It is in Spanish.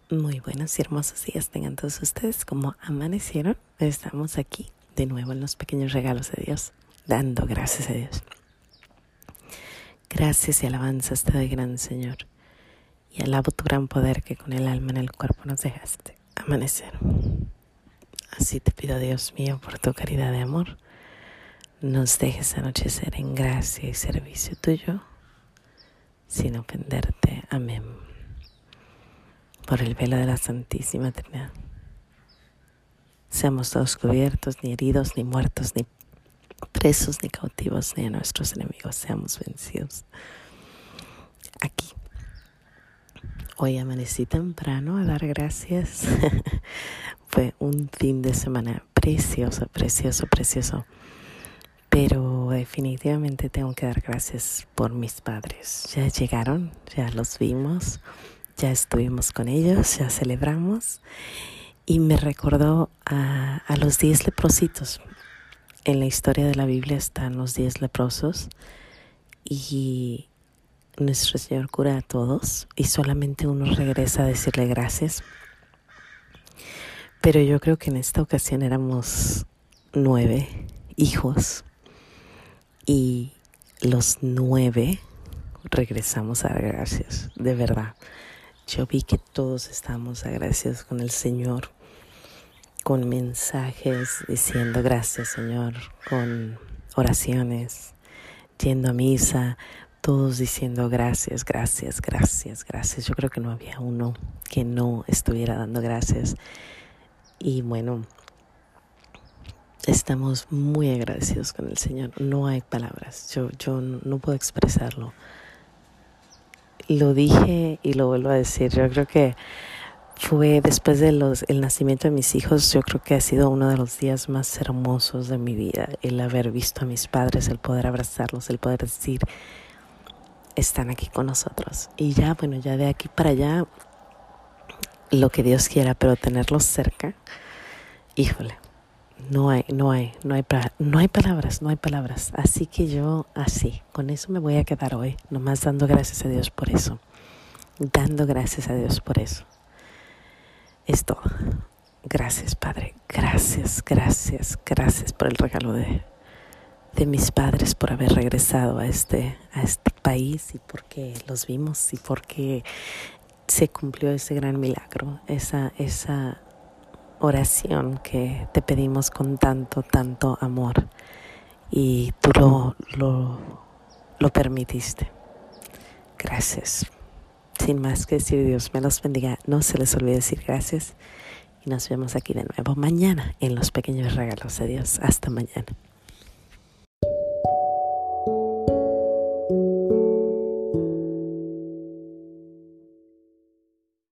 Muy buenos y hermosos días tengan todos ustedes. Como amanecieron, estamos aquí de nuevo en los pequeños regalos de Dios, dando gracias a Dios. Gracias y alabanzas te doy, gran Señor, y alabo tu gran poder que con el alma en el cuerpo nos dejaste amanecer. Así te pido, Dios mío, por tu caridad de amor, nos dejes anochecer en gracia y servicio tuyo, sin ofenderte. Amén. Por el velo de la Santísima Trinidad, seamos todos cubiertos, ni heridos, ni muertos, ni presos, ni cautivos, ni a nuestros enemigos seamos vencidos. Aquí, hoy amanecí temprano a dar gracias. Fue un fin de semana precioso, pero definitivamente tengo que dar gracias por mis padres. Ya llegaron, ya los vimos, ya estuvimos con ellos, ya celebramos, y me recordó a los 10 leprositos. En la historia de la Biblia están los 10 leprosos y nuestro Señor cura a todos y solamente uno regresa a decirle gracias. Pero yo creo que en esta ocasión éramos 9 hijos y los 9 regresamos a dar gracias, de verdad. Yo vi que todos estábamos agradecidos con el Señor, con mensajes diciendo gracias, Señor, con oraciones, yendo a misa, todos diciendo gracias. Yo creo que no había uno que no estuviera dando gracias. Y bueno, estamos muy agradecidos con el Señor. No hay palabras, yo no puedo expresarlo. Lo dije y lo vuelvo a decir. Yo creo que fue después de el nacimiento de mis hijos, yo creo que ha sido uno de los días más hermosos de mi vida. El haber visto a mis padres, el poder abrazarlos, el poder decir, están aquí con nosotros. Y ya, bueno, ya de aquí para allá, lo que Dios quiera, pero tenerlos cerca, híjole, no hay palabras. Así que yo, con eso me voy a quedar hoy, nomás dando gracias a Dios por eso. Es todo. Gracias, Padre. Gracias por el regalo de mis padres, por haber regresado a este país y porque los vimos y porque se cumplió ese gran milagro, esa oración que te pedimos con tanto amor, y tú lo permitiste. Gracias. Sin más que decir, Dios me los bendiga. No se les olvide decir gracias y nos vemos aquí de nuevo mañana en los pequeños regalos de Dios. Hasta mañana.